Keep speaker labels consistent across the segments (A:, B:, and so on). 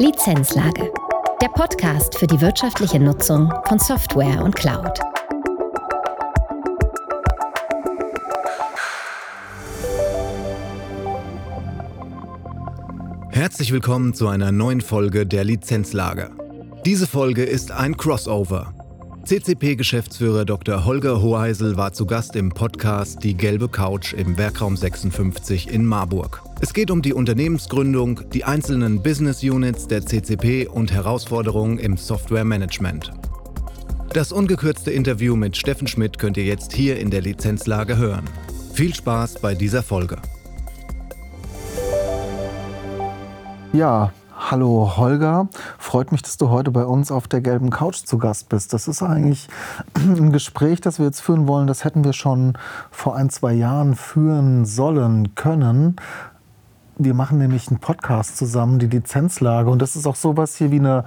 A: Lizenzlage. Der Podcast für die wirtschaftliche Nutzung von Software und Cloud.
B: Herzlich willkommen zu einer neuen Folge der Lizenzlage. Diese Folge ist ein Crossover. CCP-Geschäftsführer Dr. Holger Hoheisel war zu Gast im Podcast Die gelbe Couch im Werkraum 56 in Marburg. Es geht um die Unternehmensgründung, die einzelnen Business Units der CCP und Herausforderungen im Softwaremanagement. Das ungekürzte Interview mit Steffen Schmidt könnt ihr jetzt hier in der Lizenzlage hören. Viel Spaß bei dieser Folge.
C: Ja, hallo Holger. Freut mich, dass du heute bei uns auf der gelben Couch zu Gast bist. Das ist eigentlich ein Gespräch, das wir jetzt führen wollen. Das hätten wir schon vor 1-2 Jahren führen sollen können. Wir machen nämlich einen Podcast zusammen, die Lizenzlage. Und das ist auch sowas hier wie eine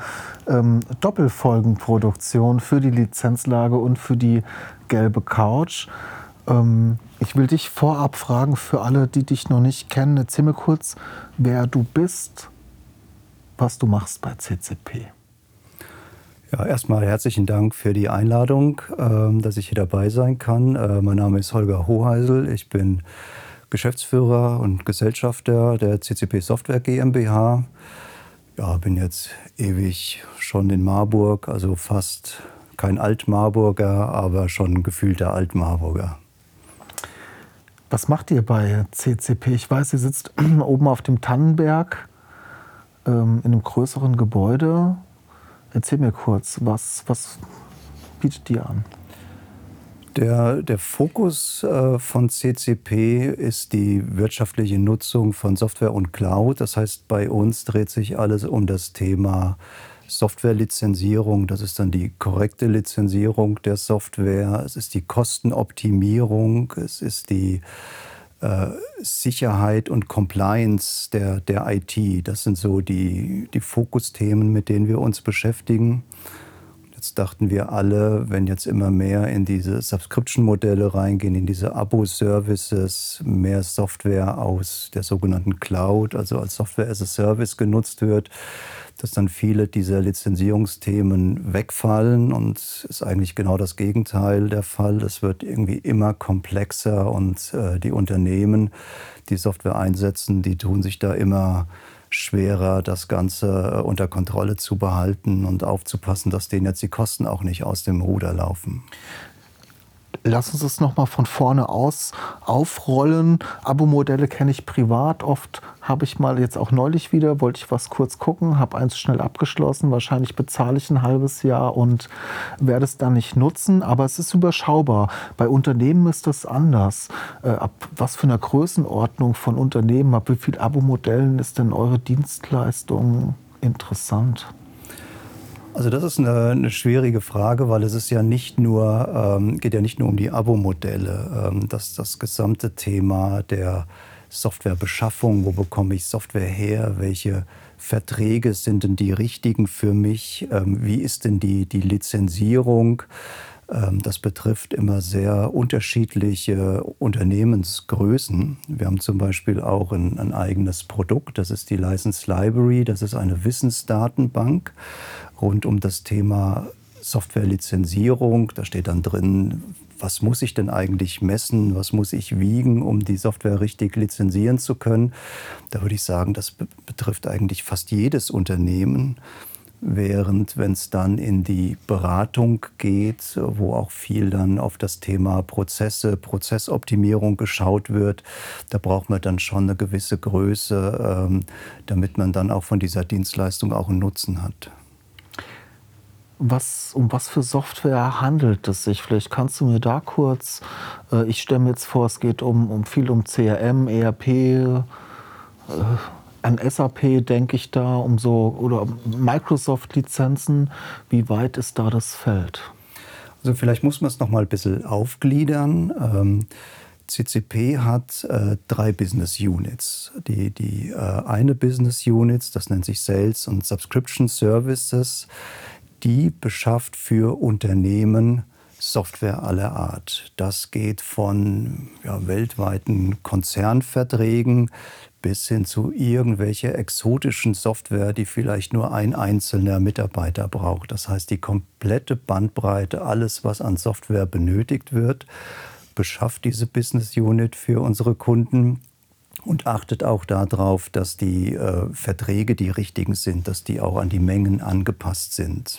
C: Doppelfolgenproduktion für die Lizenzlage und für die gelbe Couch. Ich will dich vorab fragen, für alle, die dich noch nicht kennen, erzähl mir kurz, wer du bist, was du machst bei CCP.
D: Ja, erstmal herzlichen Dank für die Einladung, dass ich hier dabei sein kann. Mein Name ist Holger Hoheisel. Ich bin Geschäftsführer und Gesellschafter der CCP Software GmbH. Ja, bin jetzt ewig schon in Marburg, also fast kein Alt-Marburger, aber schon ein gefühlter Alt-Marburger.
C: Was macht ihr bei CCP? Ich weiß, ihr sitzt oben auf dem Tannenberg in einem größeren Gebäude. Erzähl mir kurz, was bietet ihr an?
D: Der Fokus von CCP ist die wirtschaftliche Nutzung von Software und Cloud. Das heißt, bei uns dreht sich alles um das Thema Softwarelizenzierung. Das ist dann die korrekte Lizenzierung der Software. Es ist die Kostenoptimierung. Es ist die Sicherheit und Compliance der IT. Das sind so die Fokusthemen, mit denen wir uns beschäftigen. Jetzt dachten wir alle, wenn jetzt immer mehr in diese Subscription-Modelle reingehen, in diese Abo-Services, mehr Software aus der sogenannten Cloud, also als Software as a Service genutzt wird, dass dann viele dieser Lizenzierungsthemen wegfallen, und ist eigentlich genau das Gegenteil der Fall. Es wird irgendwie immer komplexer, und die Unternehmen, die Software einsetzen, die tun sich da immer schwerer, das Ganze unter Kontrolle zu behalten und aufzupassen, dass denen jetzt die Kosten auch nicht aus dem Ruder laufen.
C: Lass uns das nochmal von vorne aus aufrollen. Abo-Modelle kenne ich privat. Oft habe ich mal, jetzt auch neulich wieder, wollte ich was kurz gucken, habe eins schnell abgeschlossen. Wahrscheinlich bezahle ich ein halbes Jahr und werde es dann nicht nutzen. Aber es ist überschaubar. Bei Unternehmen ist das anders. Ab was für einer Größenordnung von Unternehmen, ab wie viel Abo-Modellen ist denn eure Dienstleistung interessant?
D: Also das ist eine schwierige Frage, weil es ist ja nicht nur, geht ja nicht nur um die Abo-Modelle. Das gesamte Thema der Softwarebeschaffung, wo bekomme ich Software her, welche Verträge sind denn die richtigen für mich, wie ist denn die Lizenzierung? Das betrifft immer sehr unterschiedliche Unternehmensgrößen. Wir haben zum Beispiel auch ein eigenes Produkt, das ist die License Library, das ist eine Wissensdatenbank rund um das Thema Softwarelizenzierung. Da steht dann drin, was muss ich denn eigentlich messen, was muss ich wiegen, um die Software richtig lizenzieren zu können. Da würde ich sagen, das betrifft eigentlich fast jedes Unternehmen. Während wenn es dann in die Beratung geht, wo auch viel dann auf das Thema Prozesse, Prozessoptimierung geschaut wird, da braucht man dann schon eine gewisse Größe, damit man dann auch von dieser Dienstleistung auch einen Nutzen hat.
C: Um was für Software handelt es sich? Vielleicht kannst du mir da kurz, ich stelle mir jetzt vor, es geht viel um CRM, ERP, an SAP denke ich da, oder Microsoft-Lizenzen. Wie weit ist da das Feld?
D: Also vielleicht muss man es noch mal ein bisschen aufgliedern. CCP hat 3 Business Units. Die eine Business Unit, das nennt sich Sales und Subscription Services, die beschafft für Unternehmen Software aller Art. Das geht von weltweiten Konzernverträgen bis hin zu irgendwelche exotischen Software, die vielleicht nur ein einzelner Mitarbeiter braucht. Das heißt, die komplette Bandbreite, alles, was an Software benötigt wird, beschafft diese Business Unit für unsere Kunden und achtet auch darauf, dass die Verträge die richtigen sind, dass die auch an die Mengen angepasst sind.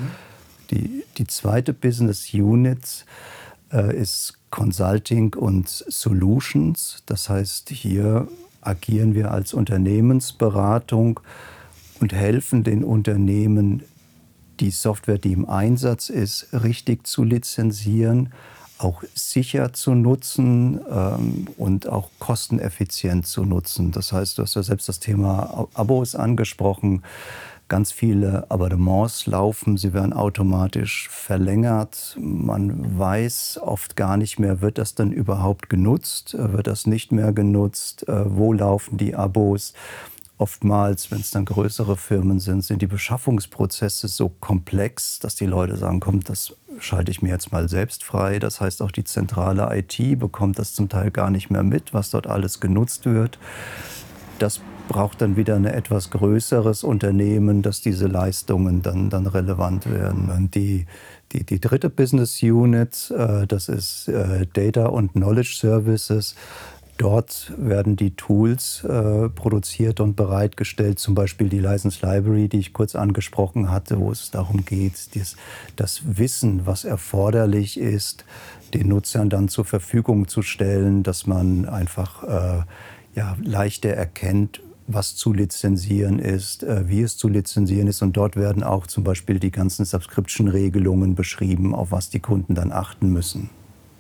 D: Die zweite Business Unit ist Consulting und Solutions. Das heißt, hier agieren wir als Unternehmensberatung und helfen den Unternehmen, die Software, die im Einsatz ist, richtig zu lizenzieren, auch sicher zu nutzen und auch kosteneffizient zu nutzen. Das heißt, du hast ja selbst das Thema Abos angesprochen. Ganz viele Abonnements laufen, sie werden automatisch verlängert. Man weiß oft gar nicht mehr, wird das denn überhaupt genutzt, wird das nicht mehr genutzt, wo laufen die Abos. Oftmals, wenn es dann größere Firmen sind die Beschaffungsprozesse so komplex, dass die Leute sagen, komm, das schalte ich mir jetzt mal selbst frei. Das heißt, auch die zentrale IT bekommt das zum Teil gar nicht mehr mit, was dort alles genutzt wird. Das braucht dann wieder ein etwas größeres Unternehmen, dass diese Leistungen dann relevant werden. Und die dritte Business Unit, das ist Data und Knowledge Services. Dort werden die Tools produziert und bereitgestellt, zum Beispiel die License Library, die ich kurz angesprochen hatte, wo es darum geht, das Wissen, was erforderlich ist, den Nutzern dann zur Verfügung zu stellen, dass man einfach leichter erkennt, was zu lizenzieren ist, wie es zu lizenzieren ist. Und dort werden auch zum Beispiel die ganzen Subscription-Regelungen beschrieben, auf was die Kunden dann achten müssen.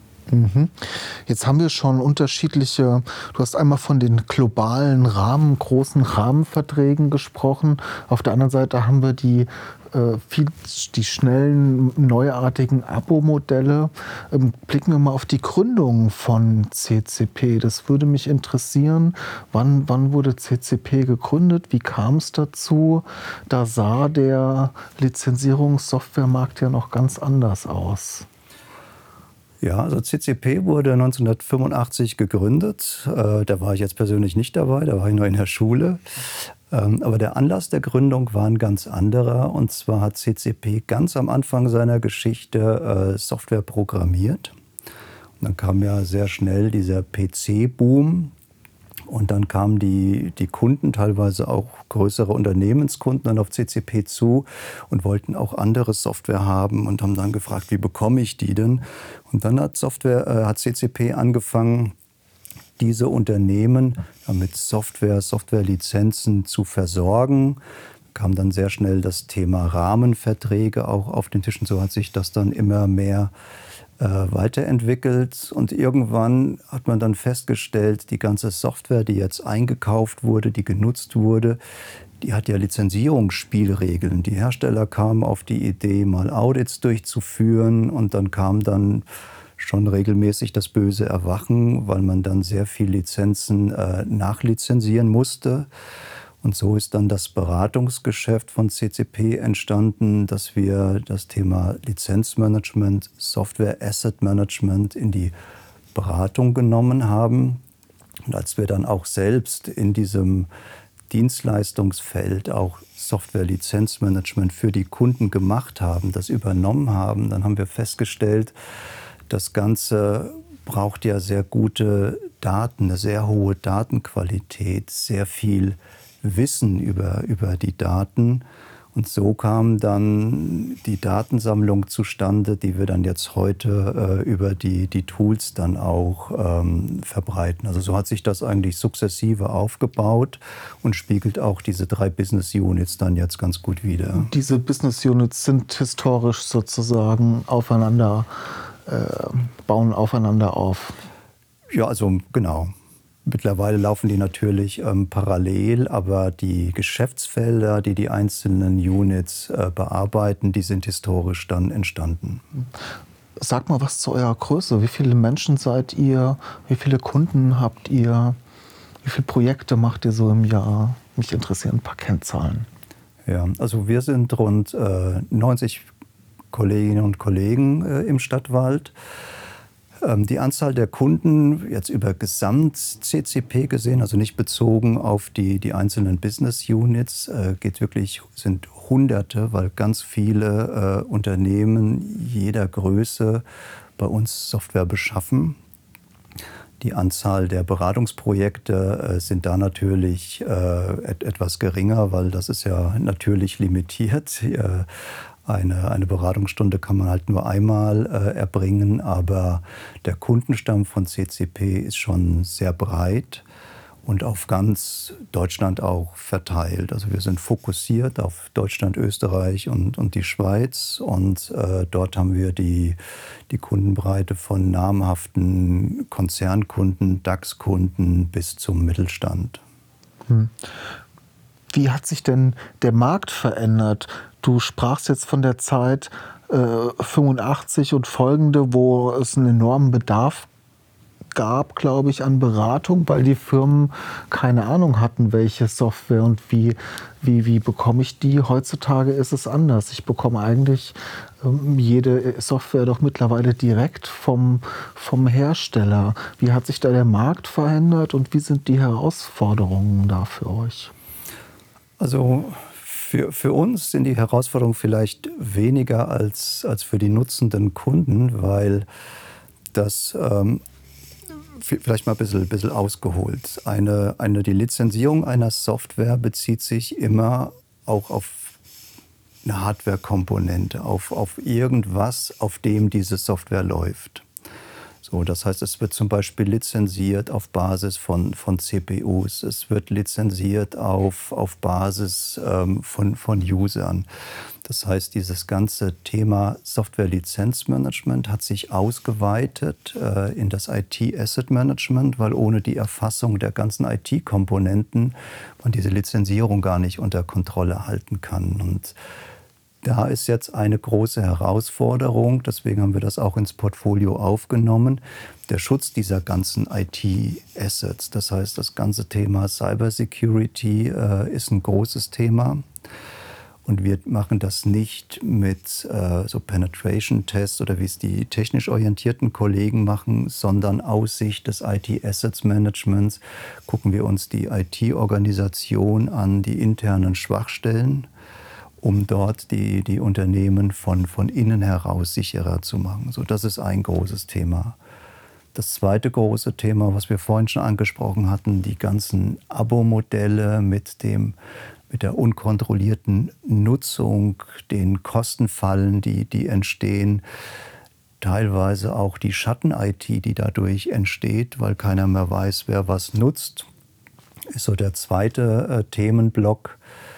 C: Jetzt haben wir schon unterschiedliche, du hast einmal von den globalen großen Rahmenverträgen gesprochen. Auf der anderen Seite haben wir die schnellen, neuartigen Abo-Modelle. Blicken wir mal auf die Gründung von CCP. Das würde mich interessieren. Wann wurde CCP gegründet? Wie kam es dazu? Da sah der Lizenzierungssoftwaremarkt ja noch ganz anders aus.
D: Ja, also CCP wurde 1985 gegründet. Da war ich jetzt persönlich nicht dabei, da war ich noch in der Schule. Aber der Anlass der Gründung war ein ganz anderer. Und zwar hat CCP ganz am Anfang seiner Geschichte Software programmiert. Und dann kam ja sehr schnell dieser PC-Boom. Und dann kamen die Kunden, teilweise auch größere Unternehmenskunden, dann auf CCP zu und wollten auch andere Software haben und haben dann gefragt, wie bekomme ich die denn? Und dann hat CCP angefangen, diese Unternehmen mit Softwarelizenzen zu versorgen. Kam dann sehr schnell das Thema Rahmenverträge auch auf den Tisch. Und so hat sich das dann immer mehr weiterentwickelt. Und irgendwann hat man dann festgestellt, die ganze Software, die jetzt eingekauft wurde, die genutzt wurde, die hat ja Lizenzierungsspielregeln. Die Hersteller kamen auf die Idee, mal Audits durchzuführen. Und dann kam dann schon regelmäßig das böse Erwachen, weil man dann sehr viel Lizenzen nachlizenzieren musste. Und so ist dann das Beratungsgeschäft von CCP entstanden, dass wir das Thema Lizenzmanagement, Software Asset Management in die Beratung genommen haben. Und als wir dann auch selbst in diesem Dienstleistungsfeld auch Software-Lizenzmanagement für die Kunden gemacht haben, das übernommen haben, dann haben wir festgestellt, das Ganze braucht ja sehr gute Daten, eine sehr hohe Datenqualität, sehr viel Wissen über die Daten. Und so kam dann die Datensammlung zustande, die wir dann jetzt heute über die Tools dann auch verbreiten. Also so hat sich das eigentlich sukzessive aufgebaut und spiegelt auch diese 3 Business Units dann jetzt ganz gut wider.
C: Diese Business Units sind historisch sozusagen bauen aufeinander auf.
D: Ja, also genau. Mittlerweile laufen die natürlich parallel, aber die Geschäftsfelder, die einzelnen Units bearbeiten, die sind historisch dann entstanden.
C: Sag mal was zu eurer Größe. Wie viele Menschen seid ihr? Wie viele Kunden habt ihr? Wie viele Projekte macht ihr so im Jahr? Mich interessieren ein paar Kennzahlen.
D: Ja, also wir sind rund 90 Kolleginnen und Kollegen im Stadtwald. Die Anzahl der Kunden, jetzt über Gesamt-CCP gesehen, also nicht bezogen auf die einzelnen Business Units, sind Hunderte, weil ganz viele Unternehmen jeder Größe bei uns Software beschaffen. Die Anzahl der Beratungsprojekte sind da natürlich etwas geringer, weil das ist ja natürlich limitiert. Eine Beratungsstunde kann man halt nur einmal erbringen, aber der Kundenstamm von CCP ist schon sehr breit und auf ganz Deutschland auch verteilt. Also wir sind fokussiert auf Deutschland, Österreich und die Schweiz und dort haben wir die Kundenbreite von namhaften Konzernkunden, DAX-Kunden bis zum Mittelstand.
C: Wie hat sich denn der Markt verändert? Du sprachst jetzt von der Zeit 85 und folgende, wo es einen enormen Bedarf gab, glaube ich, an Beratung, weil die Firmen keine Ahnung hatten, welche Software und wie bekomme ich die. Heutzutage ist es anders. Ich bekomme eigentlich jede Software doch mittlerweile direkt vom Hersteller. Wie hat sich da der Markt verändert und wie sind die Herausforderungen da für euch?
D: Also für uns sind die Herausforderungen vielleicht weniger als für die nutzenden Kunden, weil das vielleicht mal ein bisschen ausgeholt. Die Lizenzierung einer Software bezieht sich immer auch auf eine Hardware-Komponente, auf irgendwas, auf dem diese Software läuft. So, das heißt, es wird zum Beispiel lizenziert auf Basis von CPUs, es wird lizenziert auf Basis von Usern. Das heißt, dieses ganze Thema Software-Lizenzmanagement hat sich ausgeweitet in das IT-Asset-Management, weil ohne die Erfassung der ganzen IT-Komponenten man diese Lizenzierung gar nicht unter Kontrolle halten kann. Und da ist jetzt eine große Herausforderung, deswegen haben wir das auch ins Portfolio aufgenommen, der Schutz dieser ganzen IT-Assets. Das heißt, das ganze Thema Cybersecurity ist ein großes Thema. Und wir machen das nicht mit so Penetration-Tests oder wie es die technisch orientierten Kollegen machen, sondern aus Sicht des IT-Assets-Managements gucken wir uns die IT-Organisation an, die internen Schwachstellen, um dort die Unternehmen von innen heraus sicherer zu machen. So, das ist ein großes Thema. Das zweite große Thema, was wir vorhin schon angesprochen hatten, die ganzen Abo-Modelle mit der unkontrollierten Nutzung, den Kostenfallen, die entstehen, teilweise auch die Schatten-IT, die dadurch entsteht, weil keiner mehr weiß, wer was nutzt, ist so der zweite Themenblock.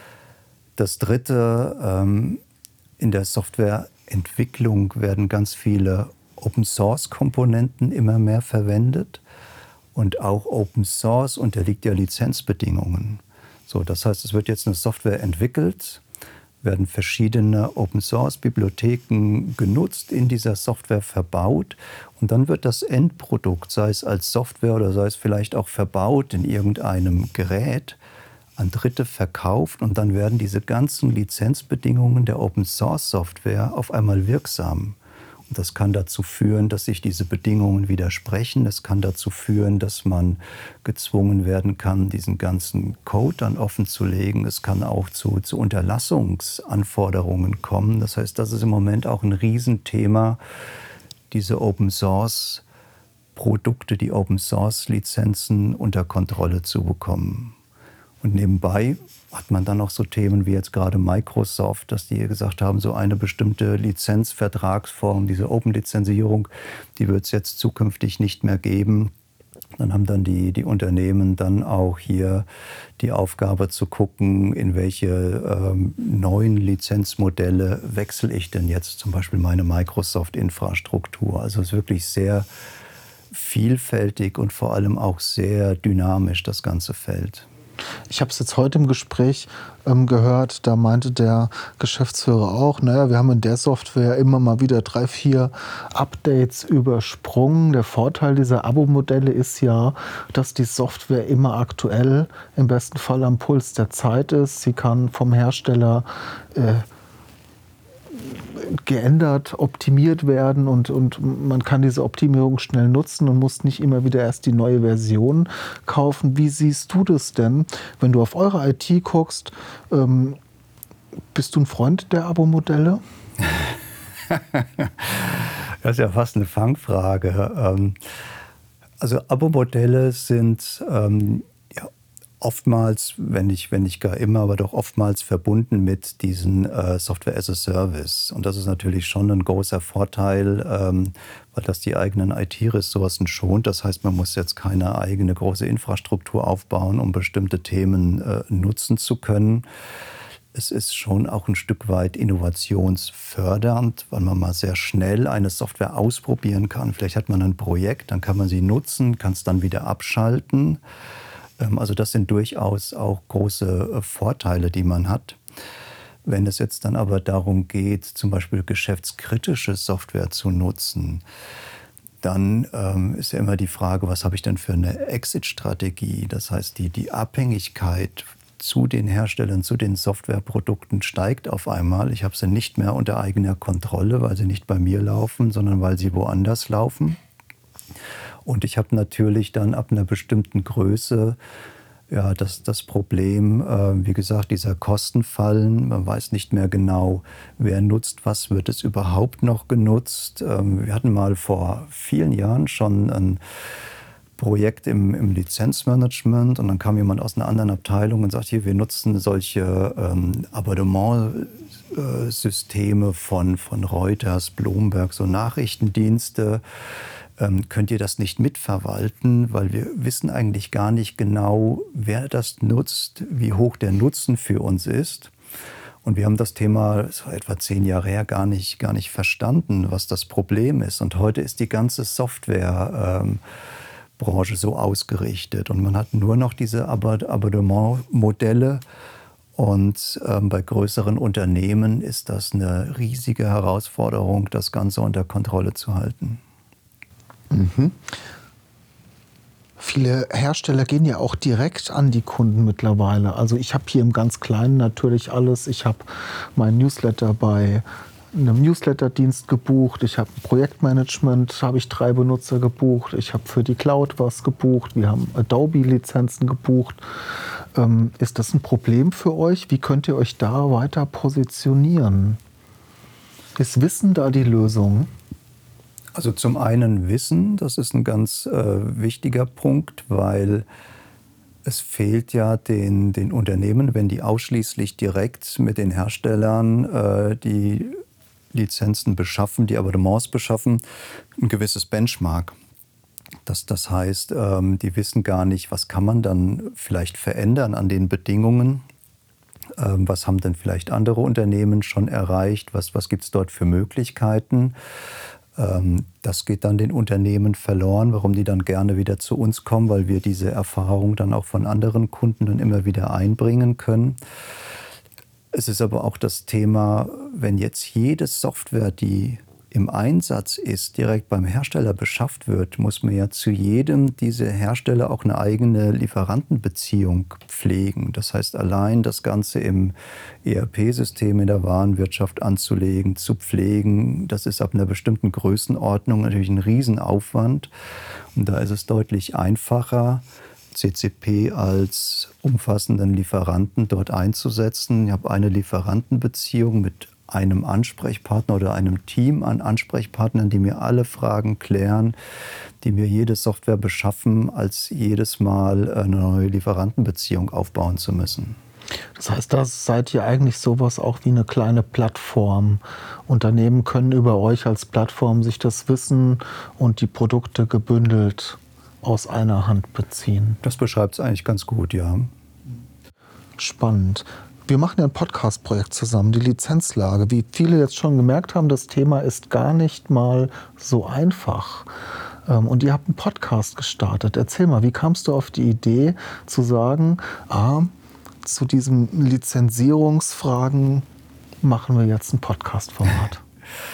D: Das dritte, in der Softwareentwicklung werden ganz viele Open-Source-Komponenten immer mehr verwendet und auch Open Source unterliegt ja Lizenzbedingungen. So, das heißt, es wird jetzt eine Software entwickelt, werden verschiedene Open-Source-Bibliotheken genutzt, in dieser Software verbaut und dann wird das Endprodukt, sei es als Software oder sei es vielleicht auch verbaut in irgendeinem Gerät, an Dritte verkauft und dann werden diese ganzen Lizenzbedingungen der Open-Source-Software auf einmal wirksam. Und das kann dazu führen, dass sich diese Bedingungen widersprechen. Es kann dazu führen, dass man gezwungen werden kann, diesen ganzen Code dann offen zu legen. Es kann auch zu Unterlassungsanforderungen kommen. Das heißt, das ist im Moment auch ein Riesenthema, diese Open-Source-Produkte, die Open-Source-Lizenzen unter Kontrolle zu bekommen. Und nebenbei hat man dann noch so Themen wie jetzt gerade Microsoft, dass die gesagt haben, so eine bestimmte Lizenzvertragsform, diese Open-Lizenzierung, die wird es jetzt zukünftig nicht mehr geben. Dann haben dann die Unternehmen dann auch hier die Aufgabe zu gucken, in welche neuen Lizenzmodelle wechsle ich denn jetzt zum Beispiel meine Microsoft-Infrastruktur. Also es ist wirklich sehr vielfältig und vor allem auch sehr dynamisch, das ganze Feld.
C: Ich habe es jetzt heute im Gespräch gehört, da meinte der Geschäftsführer auch, naja, wir haben in der Software immer mal wieder 3, 4 Updates übersprungen. Der Vorteil dieser Abo-Modelle ist ja, dass die Software immer aktuell, im besten Fall am Puls der Zeit ist. Sie kann vom Hersteller geändert, optimiert werden und man kann diese Optimierung schnell nutzen und muss nicht immer wieder erst die neue Version kaufen. Wie siehst du das denn, wenn du auf eure IT guckst? Bist du ein Freund der Abo-Modelle?
D: Das ist ja fast eine Fangfrage. Also Abo-Modelle sind oftmals, wenn nicht gar immer, aber doch oftmals verbunden mit diesen Software as a Service. Und das ist natürlich schon ein großer Vorteil, weil das die eigenen IT-Ressourcen schont. Das heißt, man muss jetzt keine eigene große Infrastruktur aufbauen, um bestimmte Themen nutzen zu können. Es ist schon auch ein Stück weit innovationsfördernd, weil man mal sehr schnell eine Software ausprobieren kann. Vielleicht hat man ein Projekt, dann kann man sie nutzen, kann es dann wieder abschalten. Also das sind durchaus auch große Vorteile, die man hat. Wenn es jetzt dann aber darum geht, zum Beispiel geschäftskritische Software zu nutzen, dann ist ja immer die Frage, was habe ich denn für eine Exit-Strategie? Das heißt, die Abhängigkeit zu den Herstellern, zu den Softwareprodukten steigt auf einmal. Ich habe sie nicht mehr unter eigener Kontrolle, weil sie nicht bei mir laufen, sondern weil sie woanders laufen. Und ich habe natürlich dann ab einer bestimmten Größe das Problem, wie gesagt, dieser Kostenfallen. Man weiß nicht mehr genau, wer nutzt was, wird es überhaupt noch genutzt. Wir hatten mal vor vielen Jahren schon ein Projekt im Lizenzmanagement und dann kam jemand aus einer anderen Abteilung und sagt, hier, wir nutzen solche Abonnementsysteme von Reuters, Bloomberg, so Nachrichtendienste. Könnt ihr das nicht mitverwalten, weil wir wissen eigentlich gar nicht genau, wer das nutzt, wie hoch der Nutzen für uns ist. Und wir haben das Thema, das war etwa 10 Jahre her, gar nicht verstanden, was das Problem ist. Und heute ist die ganze Softwarebranche so ausgerichtet und man hat nur noch diese Abonnementmodelle. Und bei größeren Unternehmen ist das eine riesige Herausforderung, das Ganze unter Kontrolle zu halten.
C: Mhm. Viele Hersteller gehen ja auch direkt an die Kunden mittlerweile. Also ich habe hier im ganz Kleinen natürlich alles. Ich habe meinen Newsletter bei einem Newsletterdienst gebucht. Ich habe ein Projektmanagement, habe ich 3 Benutzer gebucht. Ich habe für die Cloud was gebucht. Wir haben Adobe-Lizenzen gebucht. Ist das ein Problem für euch? Wie könnt ihr euch da weiter positionieren? Ist Wissen da die Lösung?
D: Also zum einen Wissen, das ist ein ganz wichtiger Punkt, weil es fehlt ja den Unternehmen, wenn die ausschließlich direkt mit den Herstellern die Lizenzen beschaffen, die Abonnements beschaffen, ein gewisses Benchmark. Das heißt, die wissen gar nicht, was kann man dann vielleicht verändern an den Bedingungen. Was haben denn vielleicht andere Unternehmen schon erreicht? Was gibt es dort für Möglichkeiten? Das geht dann den Unternehmen verloren, warum die dann gerne wieder zu uns kommen, weil wir diese Erfahrung dann auch von anderen Kunden dann immer wieder einbringen können. Es ist aber auch das Thema, wenn jetzt jede Software, die im Einsatz ist, direkt beim Hersteller beschafft wird, muss man ja zu jedem dieser Hersteller auch eine eigene Lieferantenbeziehung pflegen. Das heißt, allein das Ganze im ERP-System in der Warenwirtschaft anzulegen, zu pflegen, das ist ab einer bestimmten Größenordnung natürlich ein Riesenaufwand. Und da ist es deutlich einfacher, CCP als umfassenden Lieferanten dort einzusetzen. Ich habe eine Lieferantenbeziehung mit einem Ansprechpartner oder einem Team an Ansprechpartnern, die mir alle Fragen klären, die mir jede Software beschaffen, als jedes Mal eine neue Lieferantenbeziehung aufbauen zu müssen.
C: Das heißt, da seid ihr eigentlich sowas auch wie eine kleine Plattform. Unternehmen können über euch als Plattform sich das Wissen und die Produkte gebündelt aus einer Hand beziehen.
D: Das beschreibt es eigentlich ganz gut, ja.
C: Spannend. Wir machen ja ein Podcast-Projekt zusammen, die Lizenzlage. Wie viele jetzt schon gemerkt haben, das Thema ist gar nicht mal so einfach. Und ihr habt einen Podcast gestartet. Erzähl mal, wie kamst du auf die Idee zu sagen, zu diesen Lizenzierungsfragen machen wir jetzt ein Podcast-Format?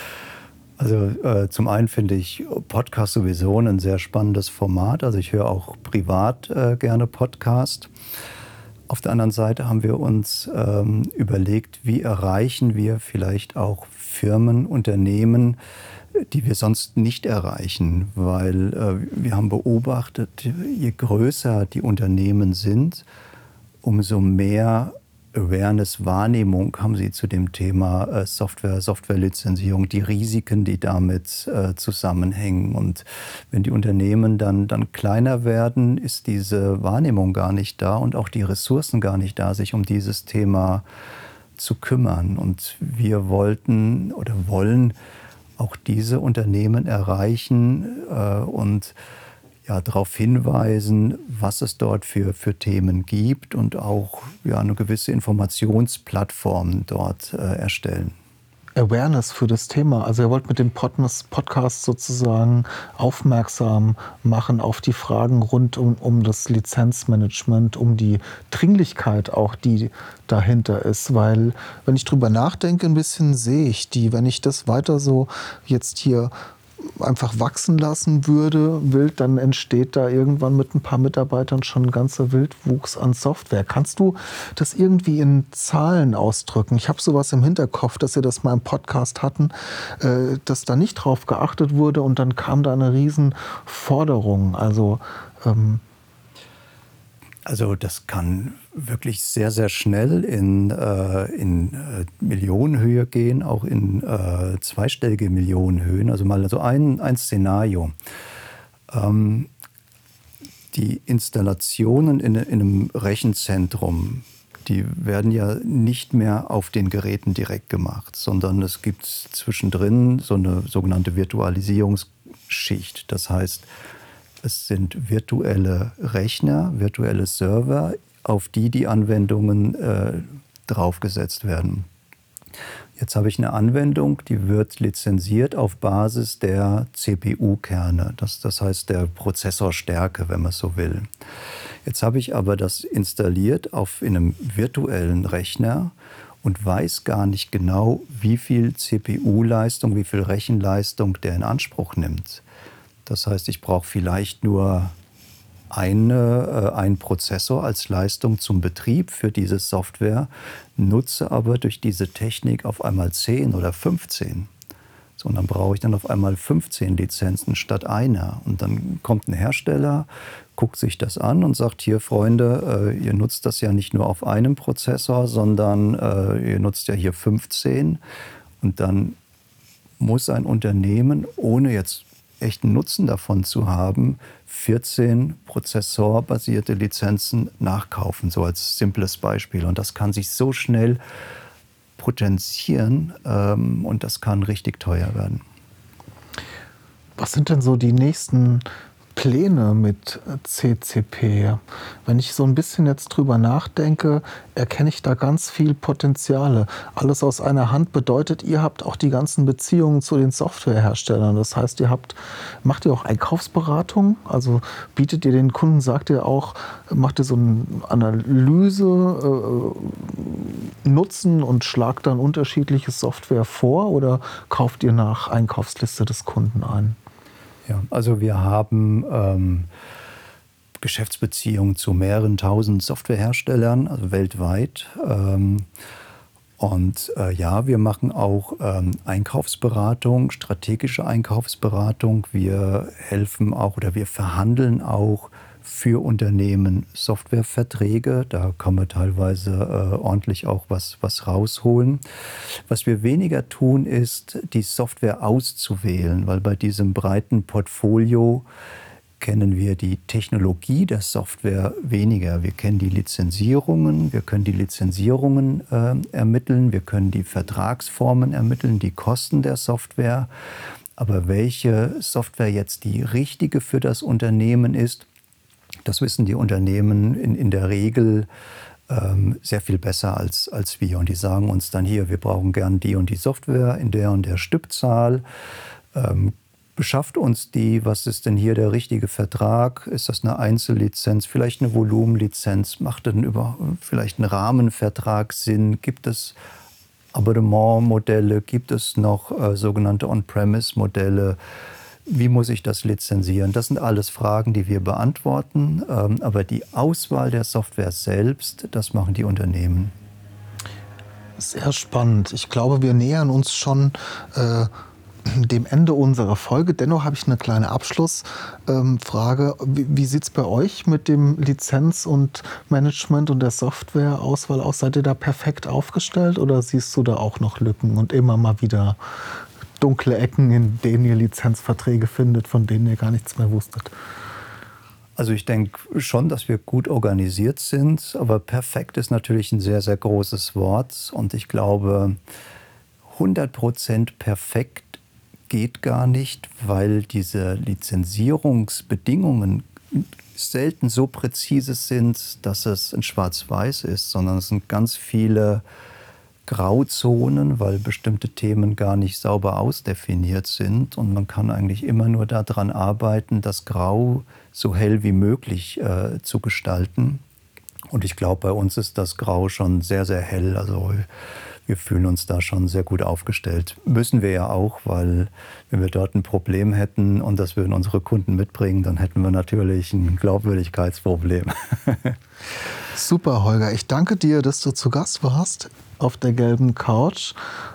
D: Also zum einen finde ich Podcast sowieso ein sehr spannendes Format. Also ich höre auch privat gerne Podcast. Auf der anderen Seite haben wir uns überlegt, wie erreichen wir vielleicht auch Firmen, Unternehmen, die wir sonst nicht erreichen, weil wir haben beobachtet, je größer die Unternehmen sind, umso mehr Awareness, Wahrnehmung haben sie zu dem Thema Softwarelizenzierung, die Risiken, die damit zusammenhängen. Und wenn die Unternehmen dann kleiner werden, ist diese Wahrnehmung gar nicht da und auch die Ressourcen gar nicht da, sich um dieses Thema zu kümmern. Und wir wollten oder wollen auch diese Unternehmen erreichen und darauf hinweisen, was es dort für Themen gibt und auch eine gewisse Informationsplattform dort erstellen.
C: Awareness für das Thema. Also ihr wollt mit dem Podcast sozusagen aufmerksam machen auf die Fragen rund um das Lizenzmanagement, um die Dringlichkeit auch, die dahinter ist. Weil, wenn ich drüber nachdenke ein bisschen, sehe ich die, wenn ich das weiter so jetzt hier einfach wachsen lassen würde, wild, dann entsteht da irgendwann mit ein paar Mitarbeitern schon ein ganzer Wildwuchs an Software. Kannst du das irgendwie in Zahlen ausdrücken? Ich habe sowas im Hinterkopf, dass wir das mal im Podcast hatten, dass da nicht drauf geachtet wurde und dann kam da eine Riesenforderung. Also
D: das kann wirklich sehr, sehr schnell in Millionenhöhe gehen, auch in zweistellige Millionenhöhen. Also mal so ein Szenario. Die Installationen in einem Rechenzentrum, die werden ja nicht mehr auf den Geräten direkt gemacht, sondern es gibt zwischendrin so eine sogenannte Virtualisierungsschicht. Das heißt, es sind virtuelle Rechner, virtuelle Server, auf die Anwendungen draufgesetzt werden. Jetzt habe ich eine Anwendung, die wird lizenziert auf Basis der CPU-Kerne, das heißt der Prozessorstärke, wenn man so will. Jetzt habe ich aber das installiert in einem virtuellen Rechner und weiß gar nicht genau, wie viel CPU-Leistung, wie viel Rechenleistung der in Anspruch nimmt. Das heißt, ich brauche vielleicht nur einen Prozessor als Leistung zum Betrieb für diese Software, nutze aber durch diese Technik auf einmal 10 oder 15. So, und dann brauche ich dann auf einmal 15 Lizenzen statt einer. Und dann kommt ein Hersteller, guckt sich das an und sagt, hier Freunde, ihr nutzt das ja nicht nur auf einem Prozessor, sondern ihr nutzt ja hier 15. Und dann muss ein Unternehmen, ohne jetzt echten Nutzen davon zu haben, 14 prozessorbasierte Lizenzen nachkaufen, so als simples Beispiel. Und das kann sich so schnell potenzieren und das kann richtig teuer werden.
C: was sind denn so die nächsten Pläne mit CCP? Wenn ich so ein bisschen jetzt drüber nachdenke, erkenne ich da ganz viel Potenziale. Alles aus einer Hand bedeutet, ihr habt auch die ganzen Beziehungen zu den Softwareherstellern. Das heißt, macht ihr auch Einkaufsberatung? Also bietet ihr den Kunden, sagt ihr auch, macht ihr so eine Analyse, Nutzen und schlagt dann unterschiedliche Software vor oder kauft ihr nach Einkaufsliste des Kunden ein?
D: Ja, also wir haben Geschäftsbeziehungen zu mehreren tausend Softwareherstellern, also weltweit. Wir machen auch Einkaufsberatung, strategische Einkaufsberatung. Wir helfen auch oder wir verhandeln auch für Unternehmen Softwareverträge. Da kann man teilweise ordentlich auch was rausholen. Was wir weniger tun, ist, die Software auszuwählen, weil bei diesem breiten Portfolio kennen wir die Technologie der Software weniger. Wir kennen die Lizenzierungen, wir können die Lizenzierungen ermitteln, wir können die Vertragsformen ermitteln, die Kosten der Software. Aber welche Software jetzt die richtige für das Unternehmen ist, das wissen die Unternehmen in der Regel sehr viel besser als wir. Und die sagen uns dann hier, wir brauchen gern die und die Software in der und der Stückzahl. Beschafft uns die, was ist denn hier der richtige Vertrag? Ist das eine Einzellizenz, vielleicht eine Volumenlizenz? Macht denn vielleicht ein Rahmenvertrag Sinn? Gibt es Abonnementmodelle? Gibt es noch sogenannte On-Premise-Modelle? wie muss ich das lizenzieren? Das sind alles Fragen, die wir beantworten. Aber die Auswahl der Software selbst, das machen die Unternehmen.
C: Sehr spannend. Ich glaube, wir nähern uns schon dem Ende unserer Folge. Dennoch habe ich eine kleine Abschlussfrage. Wie sieht es bei euch mit dem Lizenz- und Management und der Softwareauswahl aus? Seid ihr da perfekt aufgestellt oder siehst du da auch noch Lücken und immer mal wieder dunkle Ecken, in denen ihr Lizenzverträge findet, von denen ihr gar nichts mehr wusstet?
D: Also ich denke schon, dass wir gut organisiert sind, aber perfekt ist natürlich ein sehr, sehr großes Wort. Und ich glaube, 100% perfekt geht gar nicht, weil diese Lizenzierungsbedingungen selten so präzise sind, dass es ein Schwarz-Weiß ist, sondern es sind ganz viele Grauzonen, weil bestimmte Themen gar nicht sauber ausdefiniert sind. Und man kann eigentlich immer nur daran arbeiten, das Grau so hell wie möglich zu gestalten. Und ich glaube, bei uns ist das Grau schon sehr, sehr hell. Also wir fühlen uns da schon sehr gut aufgestellt. Müssen wir ja auch, weil wenn wir dort ein Problem hätten und das würden unsere Kunden mitbringen, dann hätten wir natürlich ein Glaubwürdigkeitsproblem.
C: Super, Holger. Ich danke dir, dass du zu Gast warst auf der gelben Couch.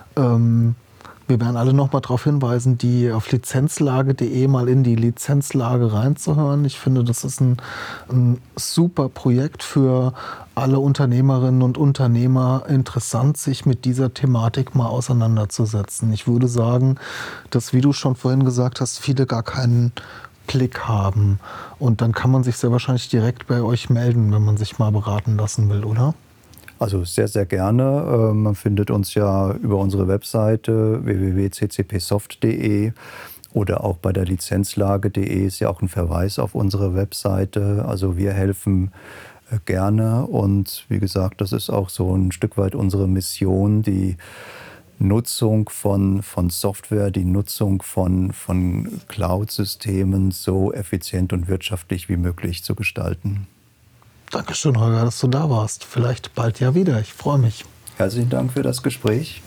C: Wir werden alle noch mal darauf hinweisen, die auf lizenzlage.de mal in die Lizenzlage reinzuhören. Ich finde, das ist ein super Projekt für alle Unternehmerinnen und Unternehmer, interessant, sich mit dieser Thematik mal auseinanderzusetzen. Ich würde sagen, dass, wie du schon vorhin gesagt hast, viele gar keinen Blick haben. Und dann kann man sich sehr wahrscheinlich direkt bei euch melden, wenn man sich mal beraten lassen will, oder?
D: Also sehr, sehr gerne. Man findet uns ja über unsere Webseite www.ccpsoft.de oder auch bei der lizenzlage.de ist ja auch ein Verweis auf unsere Webseite. Also wir helfen gerne und wie gesagt, das ist auch so ein Stück weit unsere Mission, die Nutzung von Software, die Nutzung von Cloud-Systemen so effizient und wirtschaftlich wie möglich zu gestalten.
C: Dankeschön, Holger, dass du da warst. Vielleicht bald ja wieder. Ich freue mich.
D: Herzlichen Dank für das Gespräch.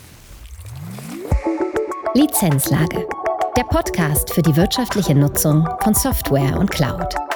A: Lizenzlage, der Podcast für die wirtschaftliche Nutzung von Software und Cloud.